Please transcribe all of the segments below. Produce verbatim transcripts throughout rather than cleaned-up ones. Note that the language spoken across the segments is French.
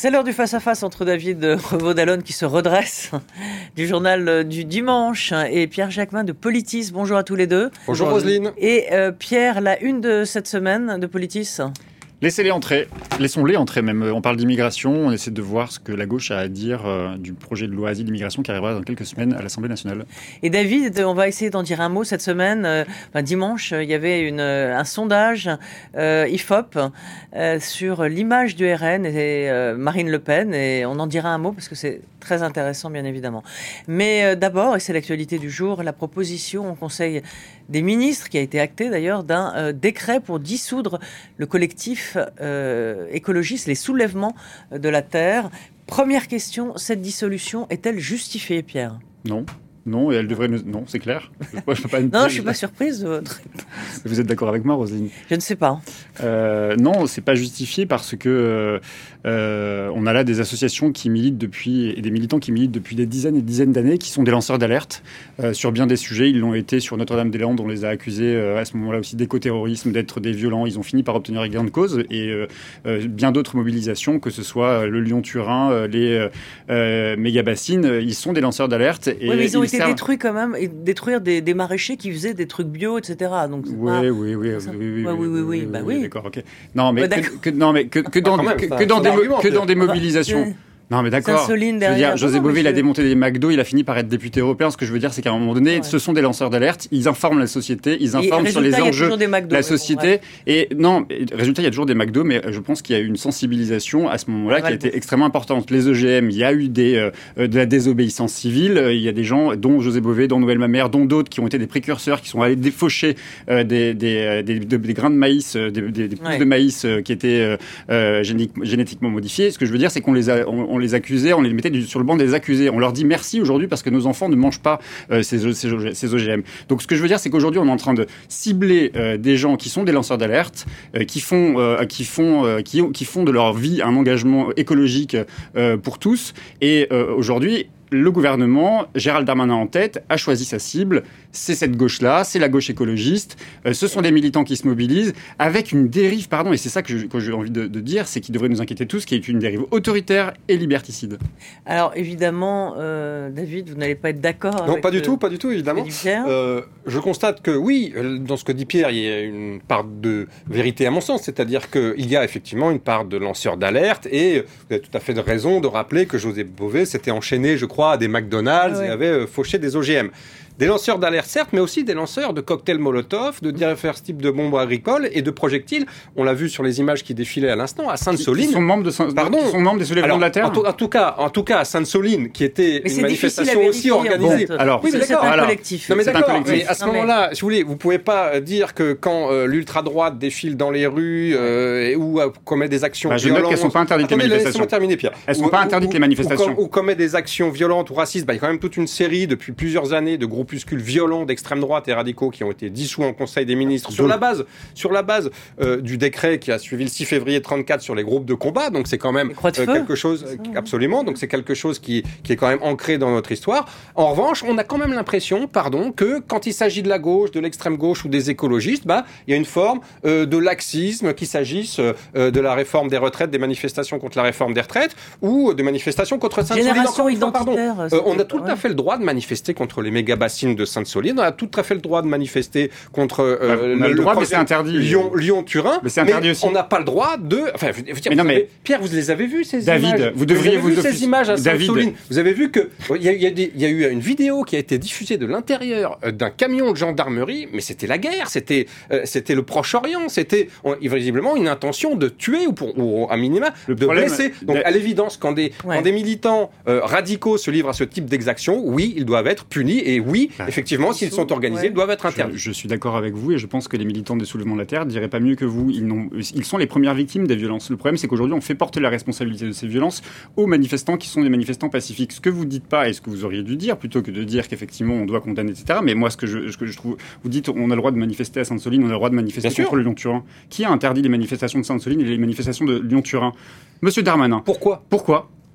C'est l'heure du face-à-face entre David Revaud-Dallon qui se redresse du journal du dimanche et Pierre Jacquemin de Politis. Bonjour à tous les deux. Bonjour Roselyne. Et euh, Pierre, la une de cette semaine de Politis. Laissez-les entrer, laissons-les entrer même. On parle d'immigration, on essaie de voir ce que la gauche a à dire euh, du projet de loi Asile d'immigration qui arrivera dans quelques semaines à l'Assemblée nationale. Et David, on va essayer d'en dire un mot cette semaine. Euh, enfin, dimanche, il y avait une, un sondage euh, I F O P euh, sur l'image du R N et euh, Marine Le Pen, et on en dira un mot parce que c'est très intéressant bien évidemment. Mais euh, d'abord, et c'est l'actualité du jour, la proposition au Conseil des ministres, qui a été actée d'ailleurs, d'un euh, décret pour dissoudre le collectif Euh, écologistes, les soulèvements de la Terre. Première question, cette dissolution est-elle justifiée, Pierre ? Non. Non, et elle devrait nous... Non, c'est clair. Moi, je peux pas une... Non, je suis pas surprise de votre réponse. Vous êtes d'accord avec moi, Roselyne ? Je ne sais pas. Euh, non, c'est pas justifié parce que euh, on a là des associations qui militent depuis et des militants qui militent depuis des dizaines et des dizaines d'années, qui sont des lanceurs d'alerte euh, sur bien des sujets. Ils l'ont été sur Notre-Dame-des-Landes, on les a accusés euh, à ce moment-là aussi d'écoterrorisme, d'être des violents. Ils ont fini par obtenir gain de cause et euh, euh, bien d'autres mobilisations, que ce soit le Lyon-Turin, euh, les euh, méga-bassines, euh, ils sont des lanceurs d'alerte. Et oui, mais ils ont ils été détruits quand même, et détruire des, des maraîchers qui faisaient des trucs bio, et cetera. Donc oui, pas... oui, oui, oui, oui, oui, ouais, oui, oui, oui, bah oui. D'accord, ok. Non, mais bah, que, que, non, mais que, que dans, même, que, ça, que dans des, que dans des bah, mobilisations. ouais. Non, mais d'accord. Sainte-Soline je veux dire, José non, Bové, il a je... démonté des McDo, il a fini par être député européen. Ce que je veux dire, c'est qu'à un moment donné, ouais. ce sont des lanceurs d'alerte. Ils informent la société, ils informent sur les enjeux de la société. Bon, et non, résultat, il y a toujours des McDo, mais je pense qu'il y a eu une sensibilisation à ce moment-là qui a été extrêmement importante. Les E G M, il y a eu des, euh, de la désobéissance civile. Il y a des gens, dont José Bové, dont Noël Mamère, dont d'autres, qui ont été des précurseurs, qui sont allés défaucher euh, des, des, des, des, des grains de maïs, des, des, des pousses ouais. de maïs euh, qui étaient euh, génétiquement modifiés. Ce que je veux dire, c'est qu'on les a, on, on les accusait, on les mettait sur le banc des accusés. On leur dit merci aujourd'hui parce que nos enfants ne mangent pas euh, ces, ces, ces O G M. Donc ce que je veux dire, c'est qu'aujourd'hui, on est en train de cibler euh, des gens qui sont des lanceurs d'alerte, euh, qui font, euh, qui font, euh, qui, qui font de leur vie un engagement écologique euh, pour tous. Et euh, aujourd'hui, le gouvernement, Gérald Darmanin en tête, a choisi sa cible. C'est cette gauche-là, c'est la gauche écologiste. Euh, ce sont des militants qui se mobilisent avec une dérive, pardon, et c'est ça que, je, que j'ai envie de, de dire, c'est qu'il devrait nous inquiéter tous, qui est une dérive autoritaire et liberticide. Alors évidemment, euh, David, vous n'allez pas être d'accord Non, avec pas du le... tout, pas du tout, évidemment. Euh, je constate que oui, dans ce que dit Pierre, il y a une part de vérité à mon sens, c'est-à-dire qu'il y a effectivement une part de lanceurs d'alerte, et vous avez tout à fait de raison de rappeler que José Bové s'était enchaîné, je crois, à des McDonald's ouais. et avait euh, fauché des O G M. Des lanceurs d'alerte, certes, mais aussi des lanceurs de cocktails Molotov, de divers types de bombes agricoles et de projectiles. On l'a vu sur les images qui défilaient à l'instant, à Sainte-Soline. Qui sont membres, de, Pardon. Qui sont membres des soulèvements de la Terre. En, tout, en, tout cas, en tout cas, à Sainte-Soline, qui était mais une manifestation aussi organisée. Bon, alors, oui, mais c'est un collectif. Non, mais c'est d'accord, mais à ce non, moment-là, mais... si vous voulez, vous pouvez pas dire que quand euh, l'ultra-droite défile dans les rues euh, ou euh, commet des actions bah, violentes... Je note qu'elles sont pas interdites, Attendez, les manifestations. Laissez-moi terminer, Pierre. Elles sont ou, pas interdites, ou, les manifestations. Ou, ou commet des actions violentes ou racistes. Bah, il y a quand même toute une série, depuis plusieurs années, de groupuscules violents d'extrême droite et radicaux qui ont été dissous en Conseil des ministres sur la base, sur la base euh, du décret qui a suivi le six février trente-quatre sur les groupes de combat. Donc c'est quand même euh, quelque chose, euh, absolument. Donc c'est quelque chose qui, qui est quand même ancré dans notre histoire. En revanche, on a quand même l'impression, pardon, que quand il s'agit de la gauche, de l'extrême gauche ou des écologistes, bah il y a une forme euh, de laxisme, qu'il s'agisse euh, de la réforme des retraites, des manifestations contre la réforme des retraites ou de manifestations contre Sainte-Soline. Génération identitaire. Euh, on a tout ouais. à fait le droit de manifester contre les méga-bassines de Sainte-Soline. On a tout à fait le droit de manifester contre euh, on a le, le droit, mais c'est interdit. Lyon, Lyon-Turin. Mais c'est interdit aussi. On n'a pas le droit de. Enfin, je veux dire, mais non, avez... mais Pierre, vous les avez vus ces David, images David, vous devriez vous avez vous vu ces images à Sainte-Soline. Vous avez vu que il y, y, y, y a eu une vidéo qui a été diffusée de l'intérieur d'un camion de gendarmerie, mais c'était la guerre, c'était euh, c'était le Proche-Orient, c'était on, visiblement une intention de tuer ou pour ou à minima le de problème, blesser. Donc la... à l'évidence, quand des ouais. quand des militants euh, radicaux se livrent à ce type d'exaction, oui, ils doivent être punis et oui, bah, effectivement, s'ils sont organisés, ouais. ils doivent être interdits. Je, je suis d'accord avec vous et je pense que les militants des soulèvements de la Terre diraient pas mieux que vous. Ils, n'ont, ils sont les premières victimes des violences. Le problème, c'est qu'aujourd'hui, on fait porter la responsabilité de ces violences aux manifestants qui sont des manifestants pacifiques. Ce que vous dites pas et ce que vous auriez dû dire, plutôt que de dire qu'effectivement on doit condamner, et cetera. Mais moi, ce que je, ce que je trouve, vous dites, on a le droit de manifester à Sainte-Soline, on a le droit de manifester Bien contre sûr. le Lyon-Turin. Qui a interdit les manifestations de Sainte-Soline et les manifestations de Lyon-Turin ? Monsieur Darmanin. Pourquoi ? Pourquoi ?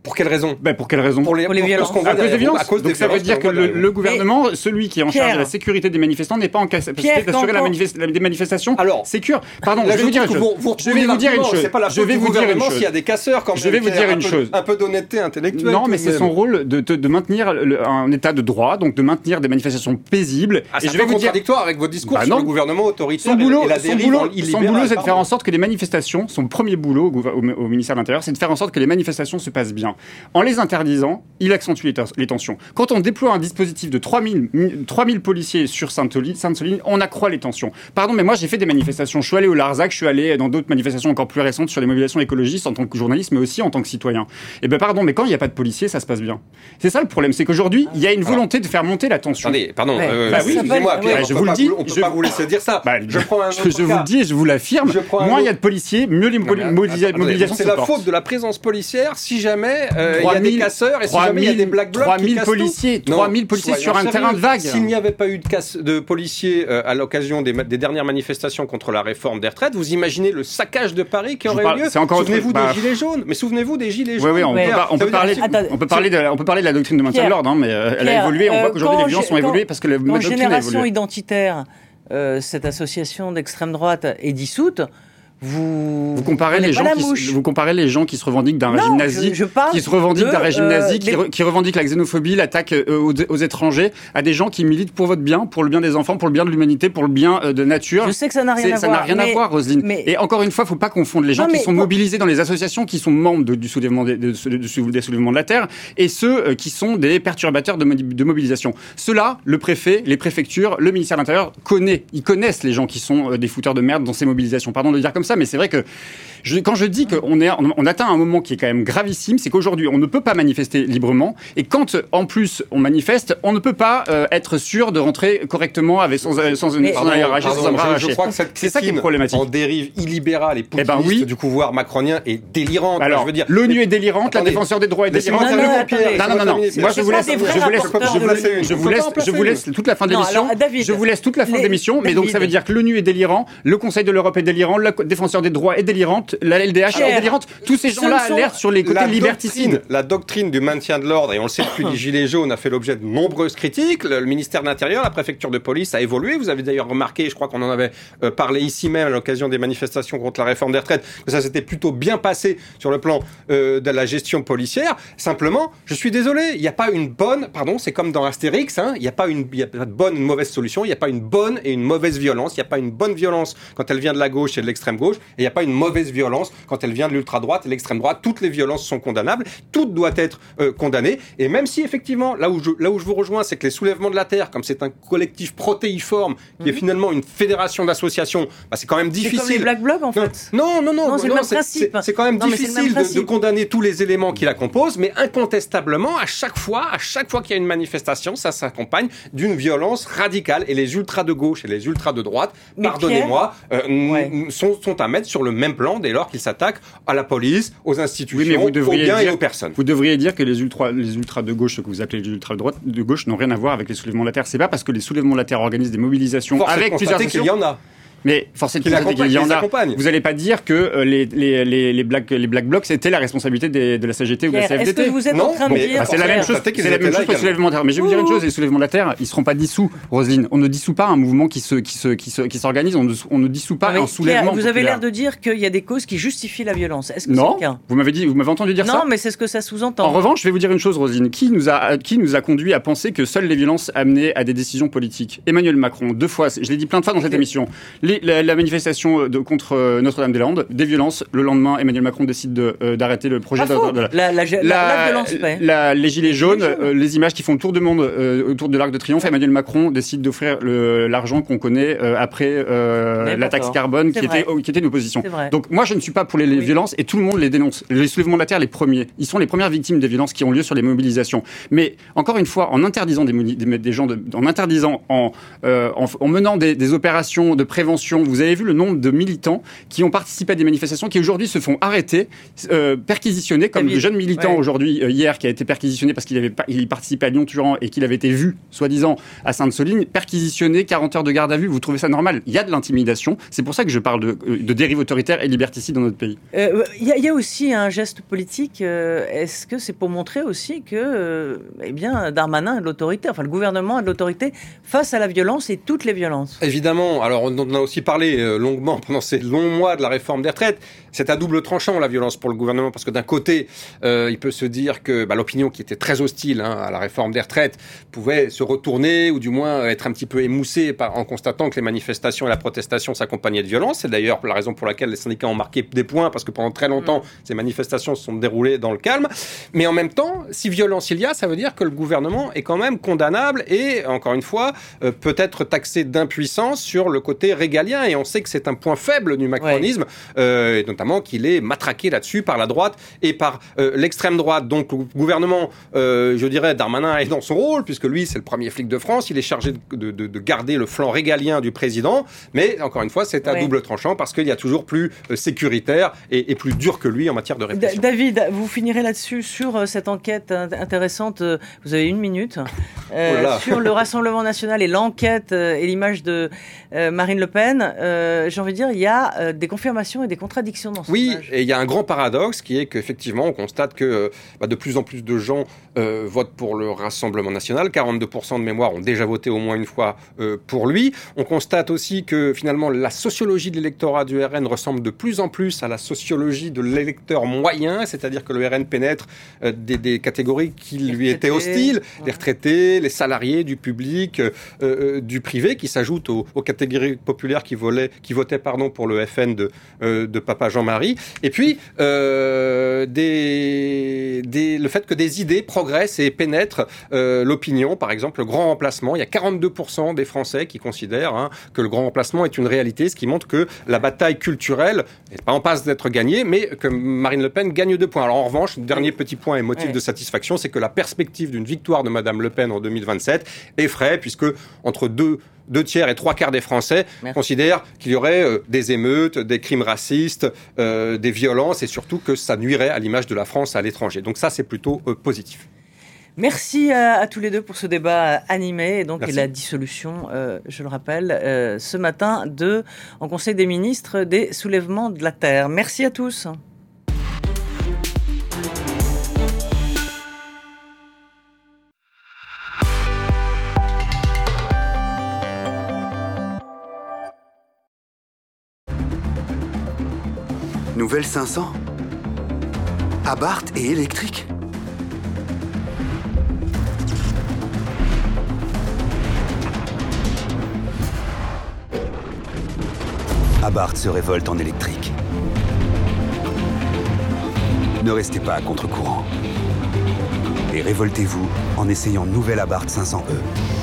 Pour quelle raison? Ben pour quelle raison? Pour les, pour les pour violences. À cause des violences. À cause des Donc ça veut dire que le, le gouvernement, et celui qui est en Pierre, charge de la sécurité des manifestants, n'est pas en capacité d'assurer la manifest, la, des manifestations Alors, sécures. Pardon, je vais vous dire une chose. Je vais vous dire une chose. C'est pas la faute du gouvernement s'il y a des casseurs quand même. Je vais vous dire une chose. Un peu d'honnêteté intellectuelle. Non, mais c'est son rôle de, de, de maintenir le, un état de droit, donc de maintenir des manifestations paisibles. Ah, et je vais vous dire contradictoire avec votre discours bah sur le gouvernement autoritaire. Son boulot, et la son boulot, son boulot, c'est de faire en sorte que les manifestations, son premier boulot au, au, au ministère de l'Intérieur, c'est de faire en sorte que les manifestations se passent bien. En les interdisant, il accentue les, les tensions. Quand on déploie un dispositif de trois mille policiers sur Sainte-Soline, on accroît les tensions. Pardon, mais moi j'ai fait des manifestations. Je suis allé au Larzac, je suis allé dans d'autres manifestations encore plus récentes sur les mobilisations écologistes en tant que journaliste, mais aussi en tant que citoyen. Et ben pardon, mais quand il n'y a pas de policiers, ça se passe bien. C'est ça le problème, c'est qu'aujourd'hui, il y a une volonté de faire monter la tension. Attendez, pardon, ouais. euh, bah oui, excusez-moi, Pierre, ouais, je vous le dis, on peut je... pas vous laisser dire ça. Bah, je prends un autre je, je vous le dis et je vous l'affirme. Moins il y a de policiers, mieux les mobilisations. C'est la faute de la présence policière si jamais euh, il y a des casseurs et si jamais il y a des black blocs qui cassent policiers, tout. trois mille policiers sur un sérieux. terrain de vague. S'il n'y avait pas eu de, casse, de policiers euh, à l'occasion des, des dernières manifestations contre la réforme des retraites, vous imaginez le saccage de Paris qui aurait parle, eu lieu. Souvenez-vous des bah... gilets jaunes. Mais souvenez-vous des gilets jaunes. Oui, oui, on, ouais. Peut, on, peut parler, on peut parler de, on peut parler de la doctrine de maintien de l'ordre, hein, mais euh, elle a évolué. On voit qu'aujourd'hui les violences ont évolué parce que la doctrine a évolué. Génération identitaire, cette association d'extrême droite est dissoute. Vous, vous comparez les gens qui se, vous comparez les gens qui se revendiquent d'un régime nazi, je, je qui se revendiquent d'un régime nazi, euh, qui, re, qui revendiquent la xénophobie, l'attaque euh, aux, aux étrangers, à des gens qui militent pour votre bien, pour le bien des enfants, pour le bien de l'humanité, pour le bien euh, de nature. Je sais que ça n'a rien à ça voir. Ça n'a rien mais, à voir, Roselyne. Mais... Et encore une fois, faut pas confondre les gens non, qui sont pour... mobilisés dans les associations, qui sont membres de, du soulèvement des, de, de, de, de, des soulèvements de la terre, et ceux euh, qui sont des perturbateurs de, de mobilisation. Ceux-là, le préfet, les préfectures, le ministère de l'Intérieur connaît, ils connaissent les gens qui sont euh, des fouteurs de merde dans ces mobilisations. Pardon de le dire comme ça, mais c'est vrai que Je, quand je dis qu'on est, on, on atteint un moment qui est quand même gravissime, c'est qu'aujourd'hui, on ne peut pas manifester librement. Et quand, en plus, on manifeste, on ne peut pas euh, être sûr de rentrer correctement avec sans, sans, mais, sans un hiérarchie, sans un bras je, je crois que cette c'est ça qui est problématique. En dérive illibérale et populiste eh ben oui. du pouvoir macronien est délirante. Alors, je veux dire, l'ONU est délirante, attendez, la défenseur des droits est délirante. Non, non, non, non, non. Moi, je vous laisse, je vous laisse, je vous laisse, je vous laisse, je vous laisse toute la fin de l'émission. Je vous laisse toute la fin de l'émission. Mais donc, ça veut dire que l'ONU est délirant, le Conseil de l'Europe est délirant, le défenseur des droits est délirante, la L D H est délirante. Tous ces gens-là alertent sur les côtés liberticides. La doctrine du maintien de l'ordre, et on le sait depuis les Gilets jaunes, a fait l'objet de nombreuses critiques. Le, le ministère de l'Intérieur, la préfecture de police a évolué. Vous avez d'ailleurs remarqué, je crois qu'on en avait euh, parlé ici même à l'occasion des manifestations contre la réforme des retraites, que ça s'était plutôt bien passé sur le plan euh, de la gestion policière. Simplement, je suis désolé, il n'y a pas une bonne, pardon, c'est comme dans Astérix, hein, il n'y a pas une, il y a pas de bonne, une mauvaise solution, il n'y a pas une bonne et une mauvaise violence, il n'y a pas une bonne violence quand elle vient de la gauche et de l'extrême gauche, et il n'y a pas une mauvaise violence quand elle vient de l'ultra-droite et l'extrême droite. Toutes les violences sont condamnables, toutes doivent être euh, condamnées, et même si effectivement, là où je, là où je vous rejoins, c'est que les soulèvements de la terre, comme c'est un collectif protéiforme, qui mmh. est finalement une fédération d'associations, bah, c'est quand même difficile. C'est comme les Black Blocs, en fait. Non, non, non, non, c'est non, le même principe. C'est, c'est quand même non, difficile de, de condamner tous les éléments qui la composent, mais incontestablement, à chaque fois, à chaque fois qu'il y a une manifestation, ça s'accompagne d'une violence radicale, et les ultras de gauche et les ultras de droite, mais pardonnez-moi, euh, ouais. sont, sont à mettre sur le même plan dès lors qu'ils s'attaquent à la police, aux institutions, oui, mais vous devriez aux biens dire, et aux personnes. Vous devriez dire que les ultras, les ultras de gauche, ce que vous appelez les ultras de droite, de gauche, n'ont rien à voir avec les soulèvements de la terre. C'est pas parce que les soulèvements de la terre organisent des mobilisations Force avec plusieurs qu'il y en a. Mais forcément, qu'il y en a. Vous n'allez pas dire que euh, les, les, les, les, black, les Black Blocs, c'était la responsabilité des, de la C G T ou de la C F D T. Est-ce que vous êtes non, en train de dire... Bah, c'est la même chose, c'est la même chose pour les soulèvements de la terre. Mais je vais vous dire une chose, les soulèvements de la terre, ils ne seront pas dissous, Roselyne. On ne dissout pas un mouvement qui, se, qui, se, qui, se, qui s'organise, on ne, on ne dissout pas un soulèvement Vous avez l'air de dire qu'il y a des causes qui justifient la violence. Est-ce que non, c'est le cas? vous m'avez dit, vous m'avez entendu dire non, ça? Non, mais c'est ce que ça sous-entend. En revanche, je vais vous dire une chose, Roselyne. Qui nous a, qui nous a conduit à penser que seules les violences amenaient à des décisions politiques? Emmanuel Macron, deux fois, je l'ai dit plein de fois dans cette émission. Les, la, la manifestation de, contre Notre-Dame-des-Landes, des violences. Le lendemain, Emmanuel Macron décide de, euh, d'arrêter le projet de, de, de la, la, la, la violence paix. La, les gilets jaunes, les, euh, les images qui font le tour du monde euh, autour de l'Arc de Triomphe. Emmanuel Macron décide d'offrir le, l'argent qu'on connaît euh, après euh, la taxe carbone qui était, qui était une opposition. Donc moi, je ne suis pas pour les, les oui. violences et tout le monde les dénonce. Les soulèvements de la terre, les premiers, ils sont les premières victimes des violences qui ont lieu sur les mobilisations. Mais encore une fois, en interdisant des, des, des gens, de, en interdisant, en, euh, en, en menant des, des opérations de prévention manifestations, vous avez vu le nombre de militants qui ont participé à des manifestations qui aujourd'hui se font arrêter, euh, perquisitionnés, comme le jeune militant ouais. aujourd'hui, euh, hier, qui a été perquisitionné parce qu'il avait il participait à Lyon-Turan et qu'il avait été vu, soi-disant, à Sainte-Soline, perquisitionné, quarante heures de garde à vue. Vous trouvez ça normal? Il y a de l'intimidation. C'est pour ça que je parle de, de dérive autoritaire et liberticide dans notre pays. Il euh, y, y a aussi un geste politique. Euh, est-ce que c'est pour montrer aussi que euh, eh bien, Darmanin a de l'autorité, enfin le gouvernement a de l'autorité face à la violence et toutes les violences? Évidemment. Alors on en a aussi parlé euh, longuement pendant ces longs mois de la réforme des retraites. C'est à double tranchant la violence pour le gouvernement parce que d'un côté, euh, il peut se dire que bah, l'opinion qui était très hostile hein, à la réforme des retraites pouvait se retourner ou du moins être un petit peu émoussée par, en constatant que les manifestations et la protestation s'accompagnaient de violence. C'est d'ailleurs la raison pour laquelle les syndicats ont marqué des points parce que pendant très longtemps, mmh. ces manifestations se sont déroulées dans le calme. Mais en même temps, si violence il y a, ça veut dire que le gouvernement est quand même condamnable et, encore une fois, euh, peut être taxé d'impuissance sur le côté régalien. Et on sait que c'est un point faible du macronisme, ouais. euh, et notamment qu'il est matraqué là-dessus par la droite et par euh, l'extrême droite. Donc le gouvernement, euh, je dirais, Darmanin est dans son rôle, puisque lui, c'est le premier flic de France, il est chargé de, de, de garder le flanc régalien du président, mais encore une fois, c'est à ouais. double tranchant, parce qu'il y a toujours plus euh, sécuritaire et, et plus dur que lui en matière de répression. David, vous finirez là-dessus, sur euh, cette enquête intéressante, euh, vous avez une minute, euh, oh sur le Rassemblement National et l'enquête euh, et l'image de euh, Marine Le Pen. Euh, j'ai envie de dire, il y a euh, des confirmations et des contradictions dans ce Oui, sondage. Et il y a un grand paradoxe qui est qu'effectivement, on constate que bah, de plus en plus de gens euh, votent pour le Rassemblement National. quarante-deux pour cent de mémoire ont déjà voté au moins une fois euh, pour lui. On constate aussi que finalement, la sociologie de l'électorat du R N ressemble de plus en plus à la sociologie de l'électeur moyen, c'est-à-dire que le R N pénètre euh, des, des catégories qui les lui étaient hostiles, ouais. les retraités, les salariés du public, euh, euh, du privé, qui s'ajoutent aux, aux catégories populaires qui, volaient, qui votaient pardon, pour le F N de, euh, de Papa Jean-Marie. Et puis, euh, des, des, le fait que des idées progressent et pénètrent euh, l'opinion. Par exemple, le grand remplacement. Il y a quarante-deux pour cent des Français qui considèrent hein, que le grand remplacement est une réalité, ce qui montre que la bataille culturelle n'est pas en passe d'être gagnée, mais que Marine Le Pen gagne deux points. Alors en revanche, le dernier petit point et motif ouais. de satisfaction, c'est que la perspective d'une victoire de Madame Le Pen en deux mille vingt-sept effraie, puisque entre deux Deux tiers et trois quarts des Français Merci. considèrent qu'il y aurait euh, des émeutes, des crimes racistes, euh, des violences et surtout que ça nuirait à l'image de la France à l'étranger. Donc ça, c'est plutôt euh, positif. Merci à, à tous les deux pour ce débat animé et donc et la dissolution, euh, je le rappelle, euh, ce matin de, en Conseil des ministres des soulèvements de la Terre. Merci à tous. Nouvelle cinq cents Abarth et électrique. Abarth se révolte en électrique. Ne restez pas à contre-courant. Et révoltez-vous en essayant nouvelle Abarth cinq cents E.